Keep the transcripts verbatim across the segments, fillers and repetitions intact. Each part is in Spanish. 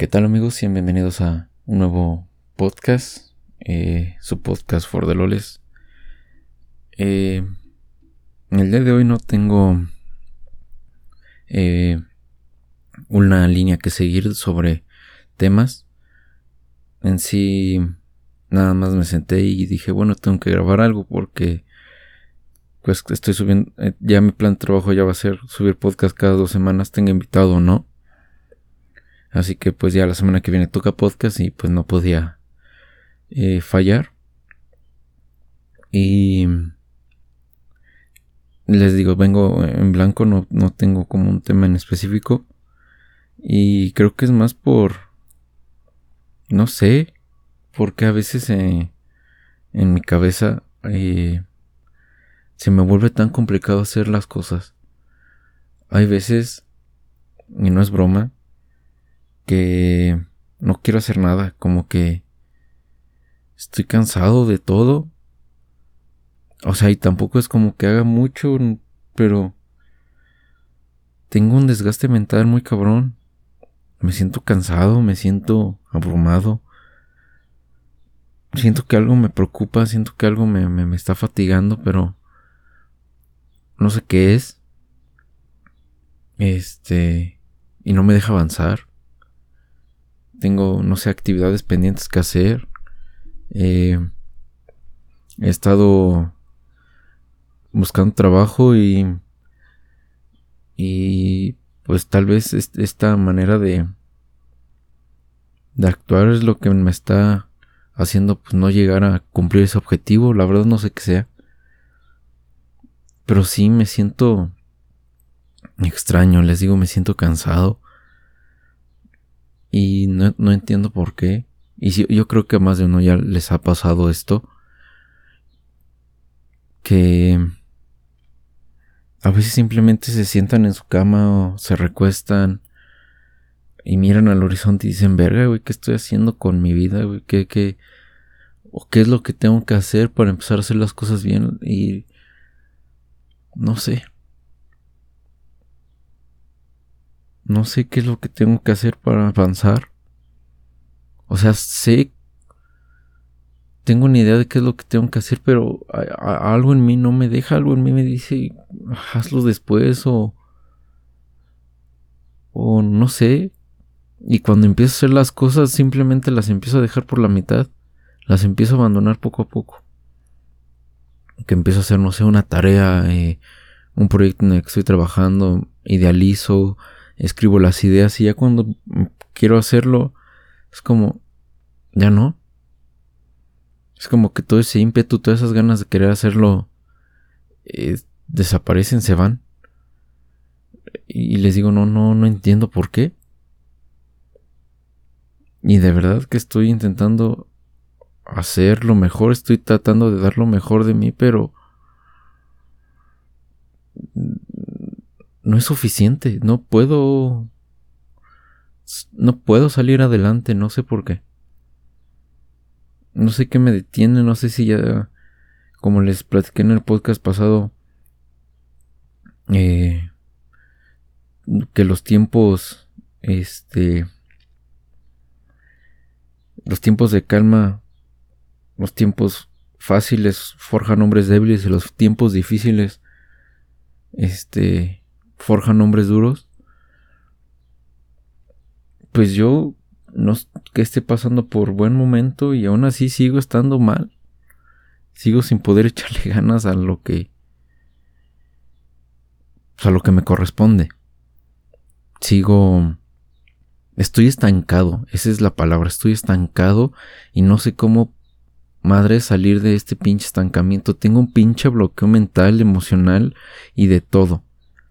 ¿Qué tal, amigos? Sean bienvenidos a un nuevo podcast, eh, su podcast For the Loles. Eh, el día de hoy no tengo eh, una línea que seguir sobre temas. En sí, nada más me senté y dije, bueno, tengo que grabar algo porque pues estoy subiendo, eh, ya mi plan de trabajo ya va a ser subir podcast cada dos semanas, tenga invitado o no. Así que pues ya la semana que viene toca podcast y pues no podía eh, fallar. Y les digo, vengo en blanco, no, no tengo como un tema en específico. Y creo que es más por, no sé, porque a veces eh, en mi cabeza eh, se me vuelve tan complicado hacer las cosas. Hay veces, y no es broma, que no quiero hacer nada, como que estoy cansado de todo. O sea, y tampoco es como que haga mucho, pero tengo un desgaste mental muy cabrón. Me siento cansado, me siento abrumado. Siento que algo me preocupa, siento que algo me, me, me está fatigando, pero no sé qué es. Este... Y no me deja avanzar. Tengo, no sé, actividades pendientes que hacer. Eh, he estado buscando trabajo y... Y pues tal vez esta manera de... De actuar es lo que me está haciendo pues no llegar a cumplir ese objetivo. La verdad no sé qué sea. Pero sí me siento extraño, les digo, me siento cansado. Y no, no entiendo por qué. Y sí, yo creo que a más de uno ya les ha pasado esto. Que a veces simplemente se sientan en su cama o se recuestan y miran al horizonte y dicen, verga, güey, ¿qué estoy haciendo con mi vida, güey? ¿Qué, qué, o qué es lo que tengo que hacer para empezar a hacer las cosas bien? Y no sé. No sé qué es lo que tengo que hacer para avanzar. O sea, sé, tengo una idea de qué es lo que tengo que hacer, pero a, a, algo en mí no me deja, algo en mí me dice, hazlo después o, o no sé. Y cuando empiezo a hacer las cosas, simplemente las empiezo a dejar por la mitad. Las empiezo a abandonar poco a poco. Que empiezo a hacer, no sé, una tarea, eh, un proyecto en el que estoy trabajando, idealizo, escribo las ideas y ya cuando quiero hacerlo, es como, ya no. Es como que todo ese ímpetu, todas esas ganas de querer hacerlo eh, desaparecen, se van. Y les digo, no, no, no entiendo por qué. Y de verdad que estoy intentando hacer lo mejor, estoy tratando de dar lo mejor de mí, pero no es suficiente, no puedo, no puedo salir adelante, no sé por qué. No sé qué me detiene, no sé si ya, como les platiqué en el podcast pasado, eh, que los tiempos, este, los tiempos de calma, los tiempos fáciles forjan hombres débiles y los tiempos difíciles, este, forjan hombres duros. Pues yo no que esté pasando por buen momento y aún así sigo estando mal. Sigo sin poder echarle ganas a lo que, pues a lo que me corresponde. Sigo, estoy estancado, esa es la palabra, estoy estancado y no sé cómo madre salir de este pinche estancamiento. Tengo un pinche bloqueo mental, emocional y de todo.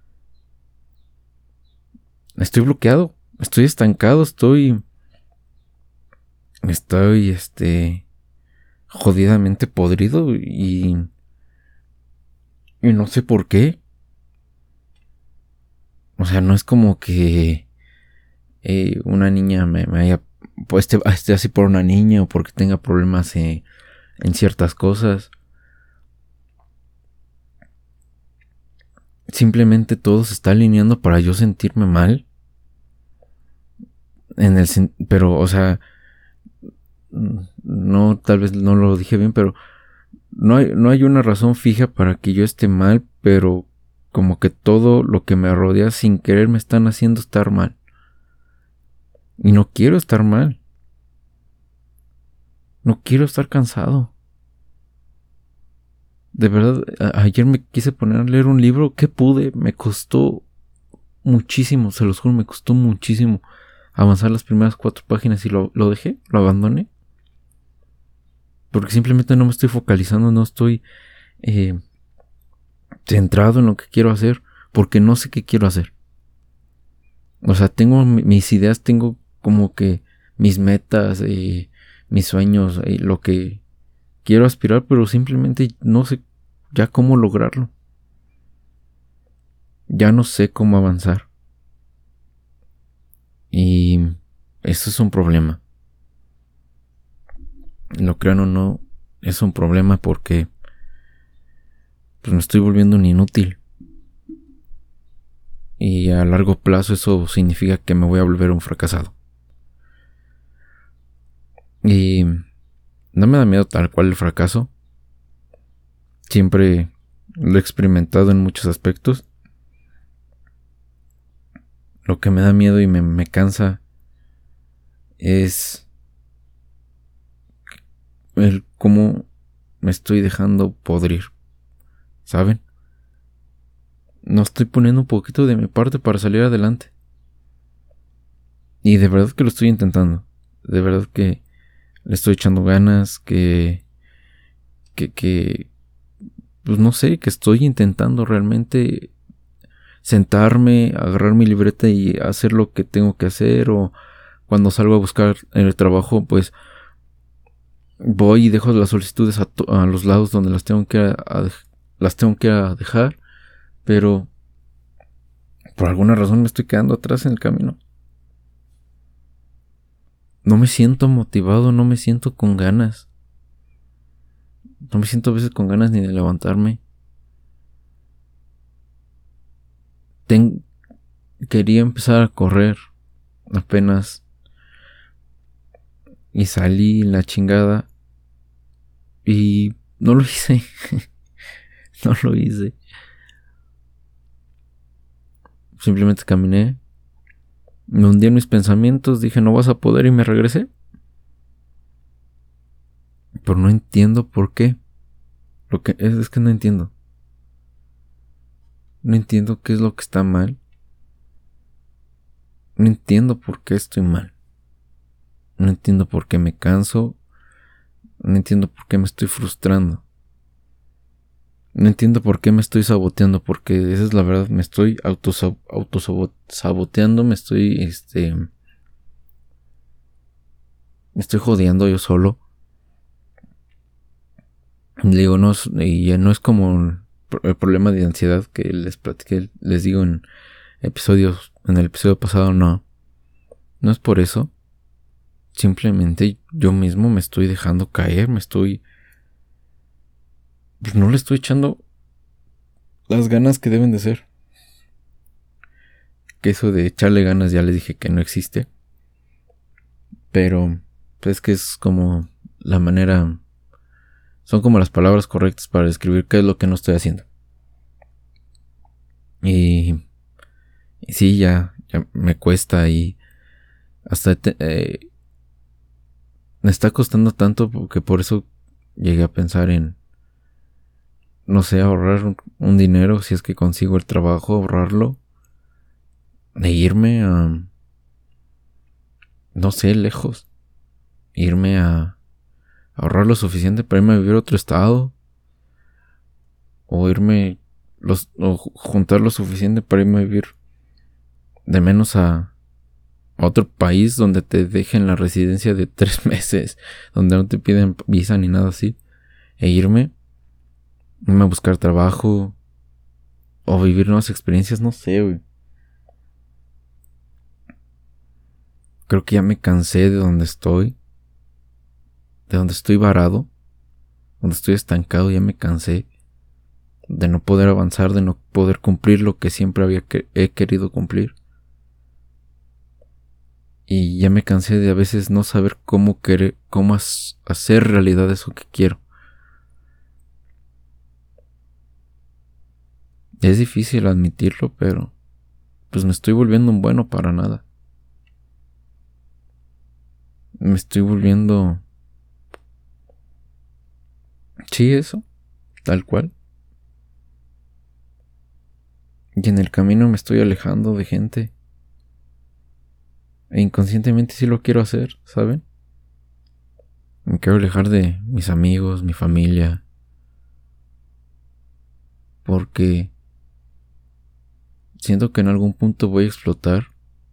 Estoy bloqueado, estoy estancado, estoy, estoy, este, jodidamente podrido y, y no sé por qué. O sea, no es como que eh, una niña me, me haya, pues esté, esté así por una niña o porque tenga problemas eh, en ciertas cosas. Simplemente todo se está alineando para yo sentirme mal. En el, pero, o sea, no, tal vez no lo dije bien, pero no hay, no hay una razón fija para que yo esté mal, pero como que todo lo que me rodea sin querer me están haciendo estar mal. Y no quiero estar mal. No quiero estar cansado. De verdad, a- ayer me quise poner a leer un libro que pude, me costó muchísimo, se los juro, me costó muchísimo avanzar las primeras cuatro páginas y lo, lo dejé, lo abandoné. Porque simplemente no me estoy focalizando, no estoy eh, centrado en lo que quiero hacer, porque no sé qué quiero hacer. O sea, tengo mis ideas, tengo como que mis metas, eh, mis sueños, eh, lo que quiero aspirar, pero simplemente no sé ya cómo lograrlo. Ya no sé cómo avanzar. Y eso es un problema. Lo crean o no, es un problema porque pues me estoy volviendo un inútil. Y a largo plazo eso significa que me voy a volver un fracasado. Y no me da miedo tal cual el fracaso. Siempre lo he experimentado en muchos aspectos. Lo que me da miedo y me, me cansa es el cómo me estoy dejando podrir. ¿Saben? No estoy poniendo un poquito de mi parte para salir adelante. Y de verdad que lo estoy intentando. De verdad que le estoy echando ganas, que, que, que, pues no sé, que estoy intentando realmente sentarme, agarrar mi libreta y hacer lo que tengo que hacer, o cuando salgo a buscar el trabajo, pues voy y dejo las solicitudes a, to- a los lados donde las tengo que a, a, las tengo que a dejar, pero por alguna razón me estoy quedando atrás en el camino. No me siento motivado, no me siento con ganas. No me siento a veces con ganas ni de levantarme. Ten- Quería empezar a correr apenas y salí la chingada y no lo hice. No lo hice. Simplemente caminé, me hundí en mis pensamientos, dije no vas a poder y me regresé. Pero no entiendo por qué. Lo que es, es que no entiendo. No entiendo qué es lo que está mal. No entiendo por qué estoy mal. No entiendo por qué me canso. No entiendo por qué me estoy frustrando. No entiendo por qué me estoy saboteando, porque esa es la verdad, me estoy autosaboteando, me estoy, este, me estoy jodiendo yo solo. Digo, no es, y ya no es como el problema de ansiedad que les platiqué, les digo en episodios, en el episodio pasado, no. No es por eso. Simplemente yo mismo me estoy dejando caer, me estoy, pues no le estoy echando las ganas que deben de ser. Que eso de echarle ganas ya les dije que no existe. Pero pues es que es como la manera, son como las palabras correctas para describir qué es lo que no estoy haciendo. Y, y sí, ya, ya me cuesta y hasta te, eh, me está costando tanto porque por eso llegué a pensar en, no sé, ahorrar un, un dinero si es que consigo el trabajo, ahorrarlo, de irme a, no sé, lejos, irme a ahorrar lo suficiente para irme a vivir a otro estado, o irme, los, o juntar lo suficiente para irme a vivir de menos a, a otro país donde te dejen la residencia de tres meses, donde no te piden visa ni nada así, e irme, irme a buscar trabajo, o vivir nuevas experiencias, no sé, güey. Creo que ya me cansé de donde estoy, de donde estoy varado, donde estoy estancado, ya me cansé de no poder avanzar, de no poder cumplir lo que siempre había que, he querido cumplir. Y ya me cansé de a veces no saber cómo querer, cómo hacer realidad eso que quiero. Es difícil admitirlo, pero pues me estoy volviendo un bueno para nada. Me estoy volviendo... Sí, eso, tal cual. Y en el camino me estoy alejando de gente. E inconscientemente sí lo quiero hacer, ¿saben? Me quiero alejar de mis amigos, mi familia. Porque siento que en algún punto voy a explotar.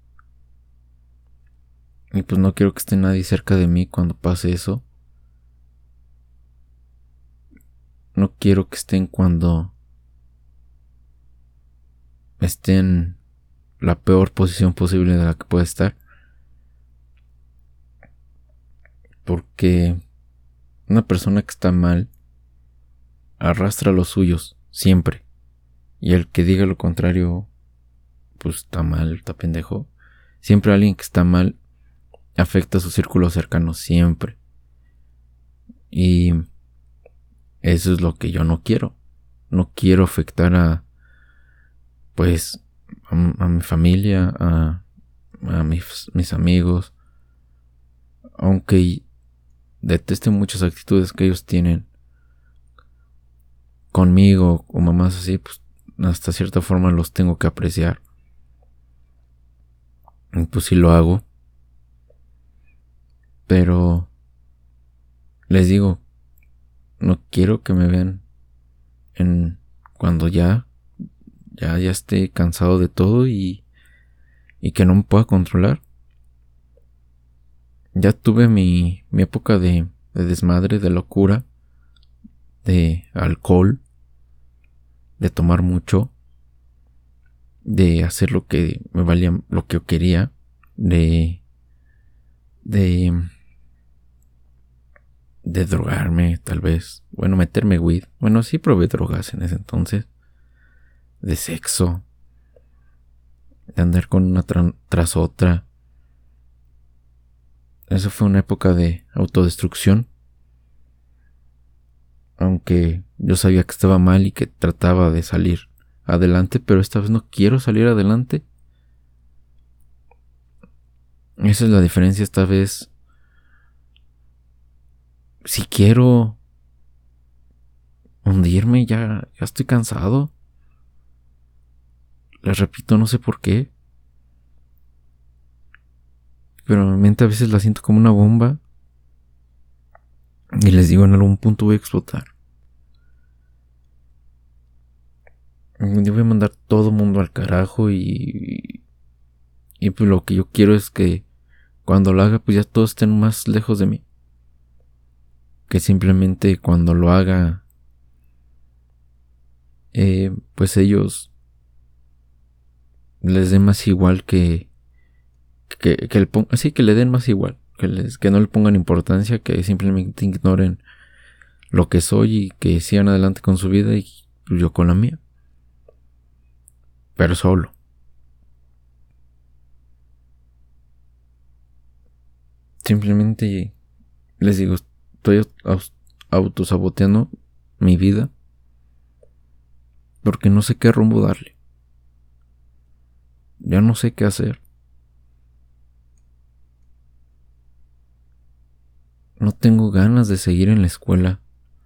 Y pues no quiero que esté nadie cerca de mí cuando pase eso. No quiero que estén cuando esté en la peor posición posible de la que pueda estar. Porque una persona que está mal arrastra los suyos, siempre. Y el que diga lo contrario, pues está mal, está pendejo. Siempre alguien que está mal afecta a su círculo cercano, siempre. Y eso es lo que yo no quiero. No quiero afectar a, pues, a, a mi familia, a, a mis, mis amigos. Aunque deteste muchas actitudes que ellos tienen conmigo o mamás así, pues hasta cierta forma los tengo que apreciar. Y pues sí lo hago. Pero les digo, no quiero que me vean en cuando ya ya ya esté cansado de todo y y que no me pueda controlar. Ya tuve mi mi época de, de desmadre, de locura, de alcohol, de tomar mucho, de hacer lo que me valía, lo que yo quería, de de de drogarme, tal vez, bueno, meterme weed, bueno, sí probé drogas en ese entonces, de sexo, de andar con una tra- tras otra. Eso fue una época de autodestrucción, aunque yo sabía que estaba mal y que trataba de salir adelante, pero esta vez no quiero salir adelante. Esa es la diferencia. Esta vez, si quiero hundirme, ya, ya estoy cansado. Les repito, no sé por qué, pero mi mente a veces la siento como una bomba y les digo, en algún punto voy a explotar. Yo voy a mandar todo el mundo al carajo y, y pues lo que yo quiero es que cuando lo haga, pues ya todos estén más lejos de mí. Que simplemente cuando lo haga, eh, pues ellos les den más igual que que, que le así que le den más igual, que les que no le pongan importancia, que simplemente ignoren lo que soy y que sigan adelante con su vida y yo con la mía, pero solo. Simplemente les digo, estoy autosaboteando mi vida porque no sé qué rumbo darle. Ya no sé qué hacer. No tengo ganas de seguir en la escuela.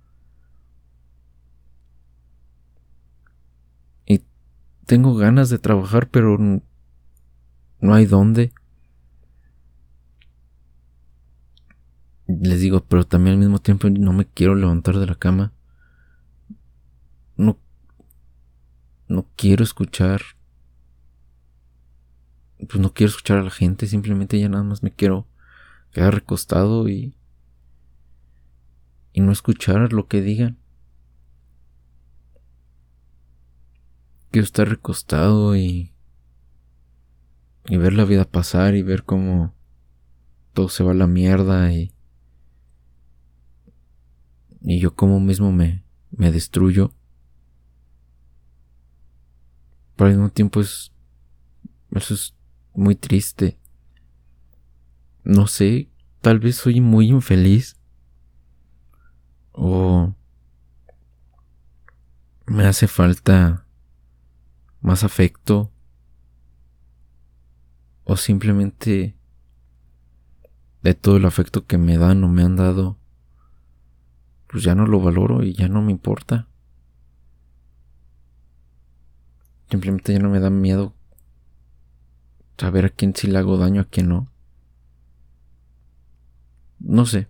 Y tengo ganas de trabajar, pero no hay dónde. Les digo, pero también al mismo tiempo no me quiero levantar de la cama. No, no quiero escuchar. Pues no quiero escuchar a la gente. Simplemente ya nada más me quiero quedar recostado y, y no escuchar lo que digan. Quiero estar recostado y, y ver la vida pasar y ver cómo todo se va a la mierda y, y yo como mismo me, me destruyo. Pero al mismo tiempo es, eso es muy triste. no sé, tal vez soy muy infeliz o me hace falta más afecto o simplemente de todo el afecto que me dan o me han dado, pues ya no lo valoro y ya no me importa. Simplemente ya no me da miedo saber a quién sí le hago daño, a quién no. No sé.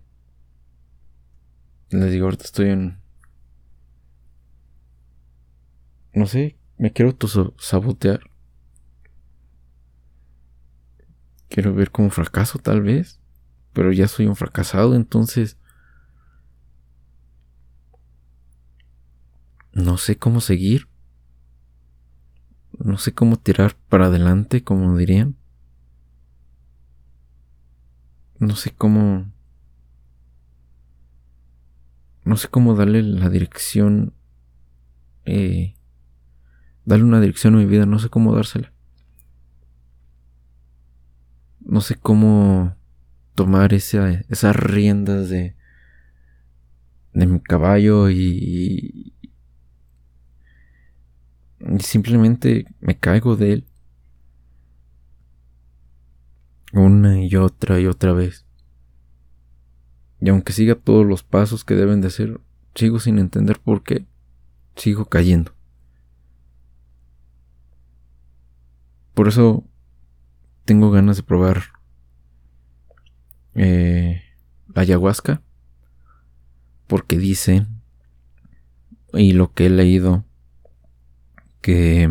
Les digo, ahorita estoy en... No sé, me quiero autosabotear. Quiero ver como fracaso tal vez. Pero ya soy un fracasado, entonces... No sé cómo seguir. No sé cómo tirar para adelante, como dirían. No sé cómo... No sé cómo darle la dirección... Eh, darle una dirección a mi vida, no sé cómo dársela. No sé cómo tomar esa, esas riendas de, de mi caballo y, y simplemente me caigo de él una y otra y otra vez. Y aunque siga todos los pasos que deben de hacer, sigo sin entender por qué sigo cayendo. Por eso tengo ganas de probar eh, la ayahuasca, porque dicen, y lo que he leído, que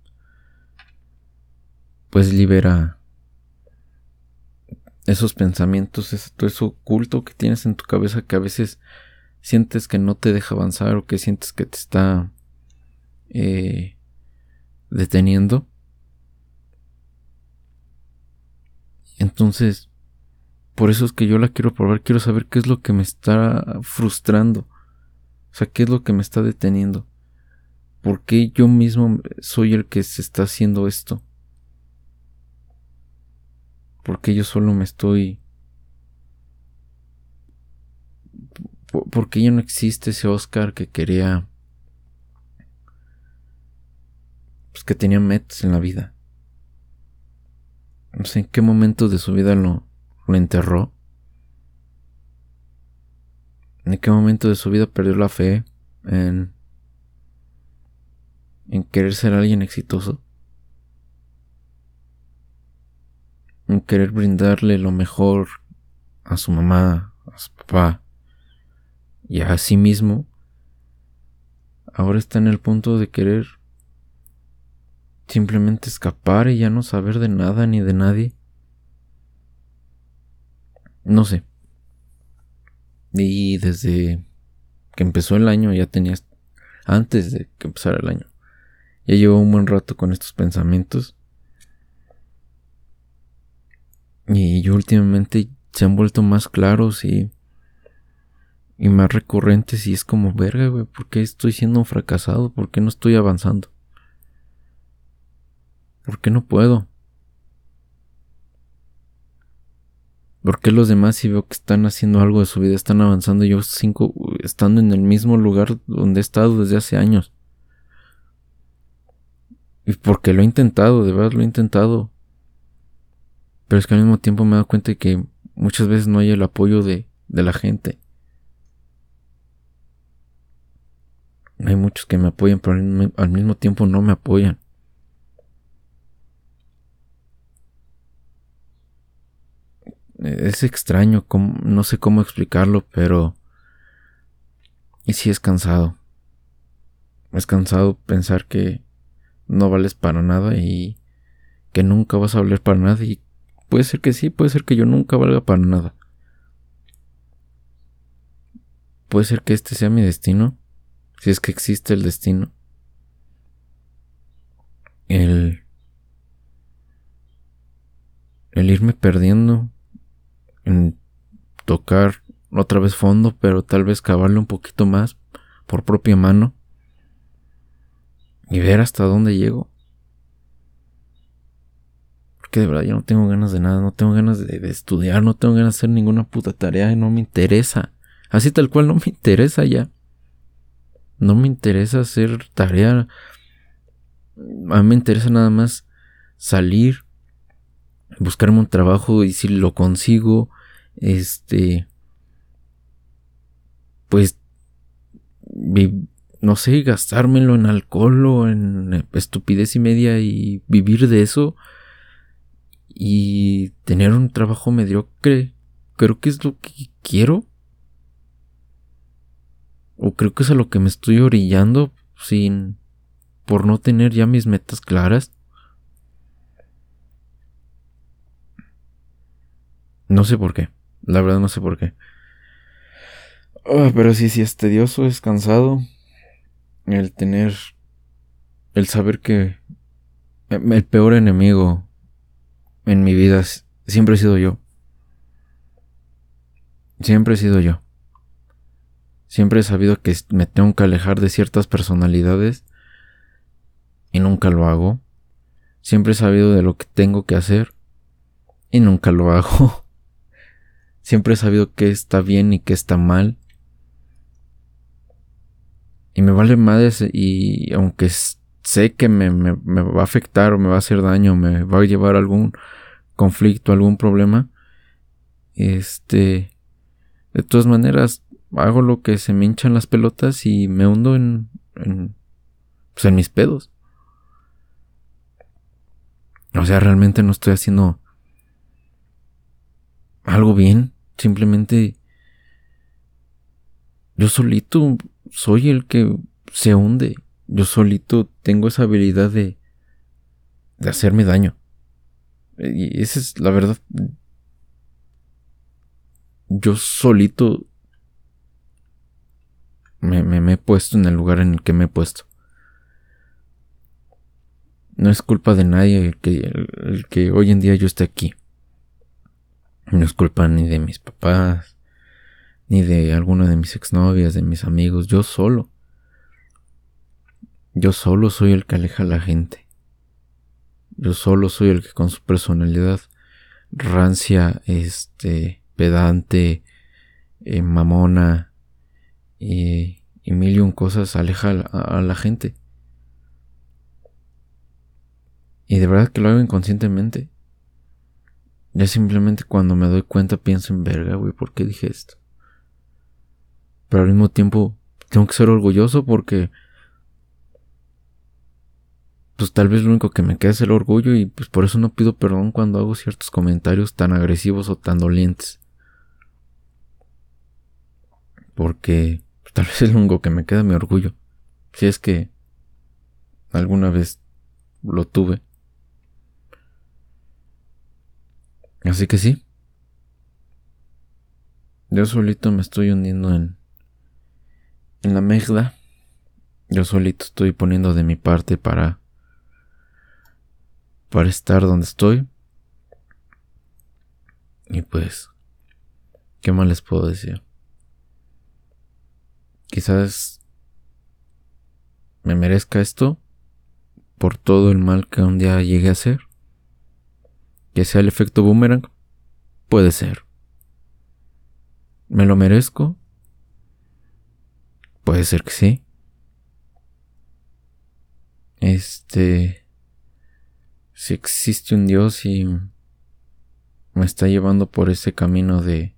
pues libera esos pensamientos, eso, todo eso oculto que tienes en tu cabeza que a veces sientes que no te deja avanzar o que sientes que te está eh, deteniendo. Entonces, por eso es que yo la quiero probar, quiero saber qué es lo que me está frustrando, o sea, qué es lo que me está deteniendo, por qué yo mismo soy el que se está haciendo esto, por qué yo solo me estoy, por qué ya no existe ese Oscar que quería, pues que tenía metas en la vida. No sé en qué momento de su vida lo, lo enterró. ¿En qué momento de su vida perdió la fe en, en querer ser alguien exitoso? En querer brindarle lo mejor a su mamá, a su papá y a sí mismo. Ahora está en el punto de querer simplemente escapar y ya no saber de nada ni de nadie. No sé. Y desde que empezó el año ya tenía... Antes de que empezara el año ya llevo un buen rato con estos pensamientos. Y últimamente se han vuelto más claros y, y más recurrentes. Y es como, verga, güey, ¿por qué estoy siendo un fracasado? ¿Por qué no estoy avanzando? ¿Por qué no puedo? ¿Por qué los demás, si veo que están haciendo algo de su vida, están avanzando, yo cinco estando en el mismo lugar donde he estado desde hace años? Y porque lo he intentado, de verdad lo he intentado. Pero es que al mismo tiempo me he dado cuenta de que muchas veces no hay el apoyo de, de la gente. Hay muchos que me apoyan, pero al mismo tiempo no me apoyan. Es extraño, no sé cómo explicarlo, pero... Y sí es cansado. Es cansado pensar que no vales para nada y que nunca vas a valer para nada. Y puede ser que sí, puede ser que yo nunca valga para nada. Puede ser que este sea mi destino, si es que existe el destino. El... El irme perdiendo, en tocar otra vez fondo, pero tal vez cavarle un poquito más por propia mano y ver hasta dónde llego. Porque que de verdad yo no tengo ganas de nada, no tengo ganas de, de estudiar, no tengo ganas de hacer ninguna puta tarea y no me interesa. Así tal cual no me interesa ya. No me interesa hacer tarea. A mí me interesa nada más salir, buscarme un trabajo y si lo consigo, este, pues, vi, no sé, gastármelo en alcohol o en estupidez y media y vivir de eso y tener un trabajo mediocre. Creo que es lo que quiero. O creo que es a lo que me estoy orillando sin, por no tener ya mis metas claras. No sé por qué. La verdad no sé por qué. Oh, pero sí, sí, es tedioso, es cansado. El tener... El saber que... El peor enemigo en mi vida siempre he sido yo. Siempre he sido yo. Siempre he sabido que me tengo que alejar de ciertas personalidades y nunca lo hago. Siempre he sabido de lo que tengo que hacer y nunca lo hago. Siempre he sabido qué está bien y qué está mal. Y me vale madres y aunque sé que me, me, me va a afectar o me va a hacer daño, me va a llevar a algún conflicto, algún problema, este, de todas maneras hago lo que se me hinchan las pelotas y me hundo en, en, pues en mis pedos. O sea, realmente no estoy haciendo algo bien, simplemente yo solito soy el que se hunde. Yo solito tengo esa habilidad de, de hacerme daño. Y esa es la verdad. Yo solito me, me, me he puesto en el lugar en el que me he puesto. No es culpa de nadie el que, el, el que hoy en día yo esté aquí. No es culpa ni de mis papás, ni de alguna de mis exnovias, de mis amigos. Yo solo. Yo solo soy el que aleja a la gente. Yo solo soy el que con su personalidad rancia, este, pedante, eh, mamona y, y mil y un cosas aleja a, a la gente. Y de verdad que lo hago inconscientemente. Ya simplemente cuando me doy cuenta pienso en verga, güey, ¿por qué dije esto? Pero al mismo tiempo tengo que ser orgulloso porque pues tal vez lo único que me queda es el orgullo y pues por eso no pido perdón cuando hago ciertos comentarios tan agresivos o tan dolientes. Porque pues, tal vez es lo único que me queda mi orgullo. Si es que alguna vez lo tuve. Así que sí. Yo solito me estoy hundiendo en en la mezcla. Yo solito estoy poniendo de mi parte para para estar donde estoy. Y pues, ¿qué más les puedo decir? Quizás me merezca esto por todo el mal que un día llegué a hacer. Que sea el efecto boomerang, puede ser. ¿Me lo merezco? Puede ser que sí. Este... Si existe un Dios y me está llevando por ese camino de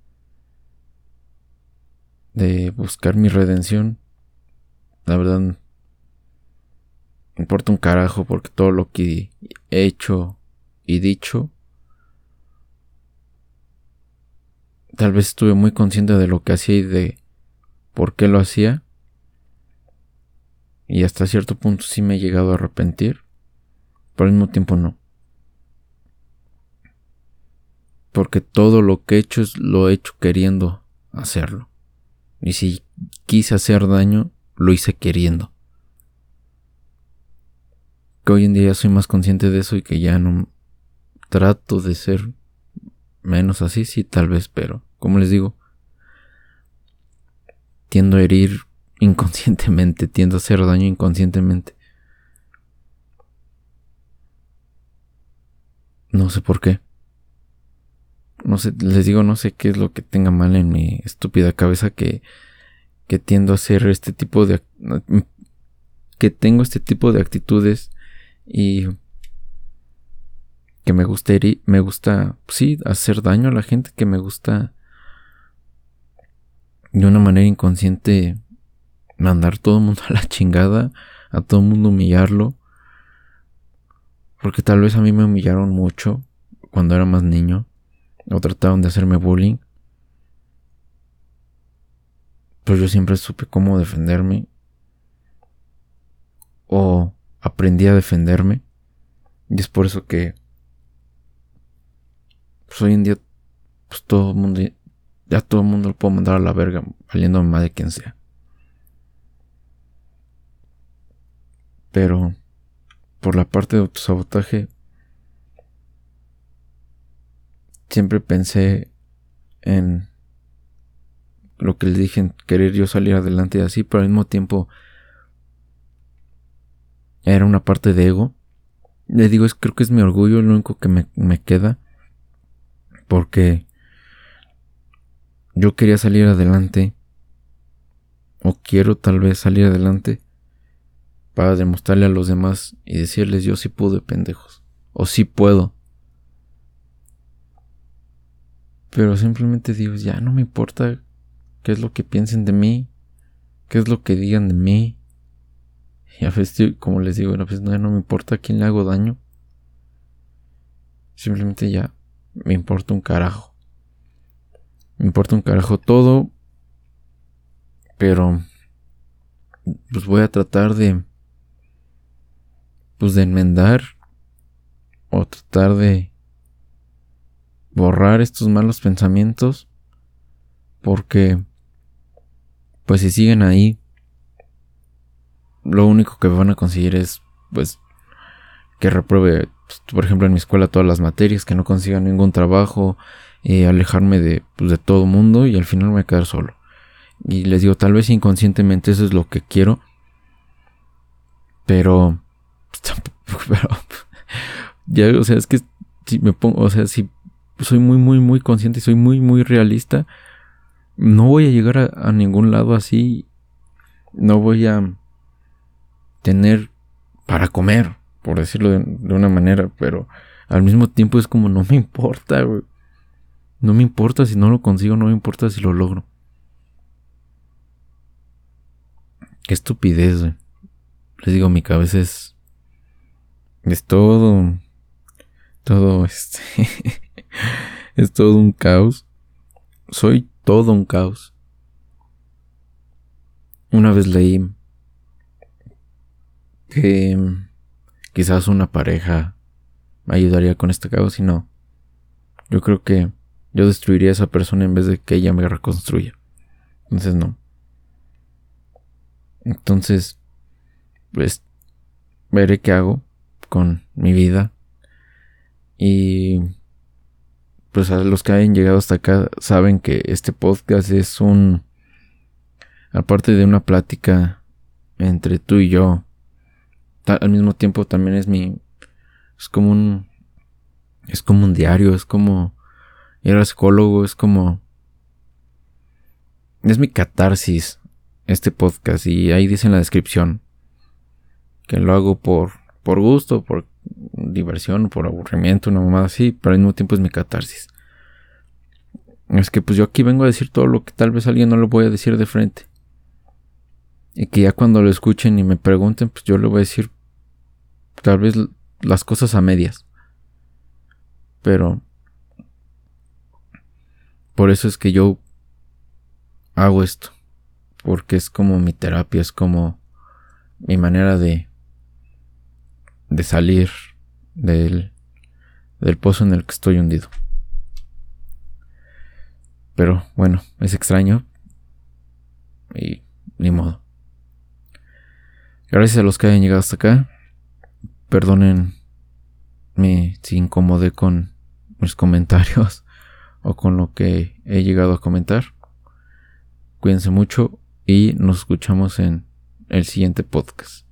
de buscar mi redención, la verdad me importa un carajo porque todo lo que he hecho y dicho, tal vez estuve muy consciente de lo que hacía y de por qué lo hacía, y hasta cierto punto sí me he llegado a arrepentir, pero al mismo tiempo no. Porque todo lo que he hecho es lo he hecho queriendo hacerlo. Y si quise hacer daño, lo hice queriendo. Que hoy en día ya soy más consciente de eso y que ya no trato de ser menos así, sí, tal vez, pero como les digo, tiendo a herir inconscientemente, tiendo a hacer daño inconscientemente. No sé por qué. No sé, les digo, no sé qué es lo que tenga mal en mi estúpida cabeza que, que tiendo a hacer este tipo de... que tengo este tipo de actitudes y que me gusta herir, me gusta, sí, hacer daño a la gente, que me gusta de una manera inconsciente mandar todo el mundo a la chingada, a todo el mundo humillarlo, porque tal vez a mí me humillaron mucho cuando era más niño, o trataron de hacerme bullying, pero yo siempre supe cómo defenderme, o aprendí a defenderme, y es por eso que pues hoy en día pues todo el mundo, ya todo el mundo lo puedo mandar a la verga, valiéndome más de quien sea. Pero por la parte de autosabotaje siempre pensé en lo que les dije, en querer yo salir adelante y así, pero al mismo tiempo era una parte de ego. Les digo, es, creo que es mi orgullo lo único que me, me queda, porque yo quería salir adelante, o quiero tal vez salir adelante, para demostrarle a los demás y decirles yo sí pude, pendejos, o sí puedo. Pero simplemente digo, ya no me importa qué es lo que piensen de mí, qué es lo que digan de mí. Y a veces, como les digo, a veces no, no me importa a quién le hago daño. Simplemente ya me importa un carajo. Me importa un carajo todo. Pero pues voy a tratar de pues de enmendar, o tratar de borrar estos malos pensamientos, porque pues si siguen ahí, lo único que van a conseguir es pues que repruebe, pues, por ejemplo en mi escuela, todas las materias, que no consiga ningún trabajo, eh, alejarme de, pues, de todo mundo, y al final me voy a quedar solo. Y les digo, tal vez inconscientemente eso es lo que quiero, pero pero ya, o sea, es que si me pongo, o sea, si soy muy muy muy consciente y soy muy muy realista, no voy a llegar a, a ningún lado así. No voy a tener para comer, por decirlo de, de una manera, pero al mismo tiempo es como no me importa, güey. No me importa si no lo consigo, no me importa si lo logro. Qué estupidez, güey. Les digo, mi cabeza es es todo todo este es todo un caos. Soy todo un caos. Una vez leí que quizás una pareja me ayudaría con este caos, y no. Yo creo que yo destruiría a esa persona en vez de que ella me reconstruya. Entonces no. Entonces, pues, veré qué hago con mi vida. Y pues a los que hayan llegado hasta acá saben que este podcast es un, aparte de una plática entre tú y yo, ta- al mismo tiempo también es mi, es como un, es como un diario, es como ir al psicólogo, es como, es mi catarsis este podcast, y ahí dice en la descripción que lo hago por, por gusto, por diversión, por aburrimiento, una mamada así, pero al mismo tiempo es mi catarsis. Es que pues yo aquí vengo a decir todo lo que tal vez a alguien no lo voy a decir de frente, y que ya cuando lo escuchen y me pregunten, pues yo le voy a decir tal vez las cosas a medias. Pero por eso es que yo hago esto, porque es como mi terapia, es como mi manera de de salir del del pozo en el que estoy hundido. Pero bueno, es extraño y ni modo. Gracias a los que hayan llegado hasta acá. Perdónenme si incomodé con mis comentarios o con lo que he llegado a comentar. Cuídense mucho y nos escuchamos en el siguiente podcast.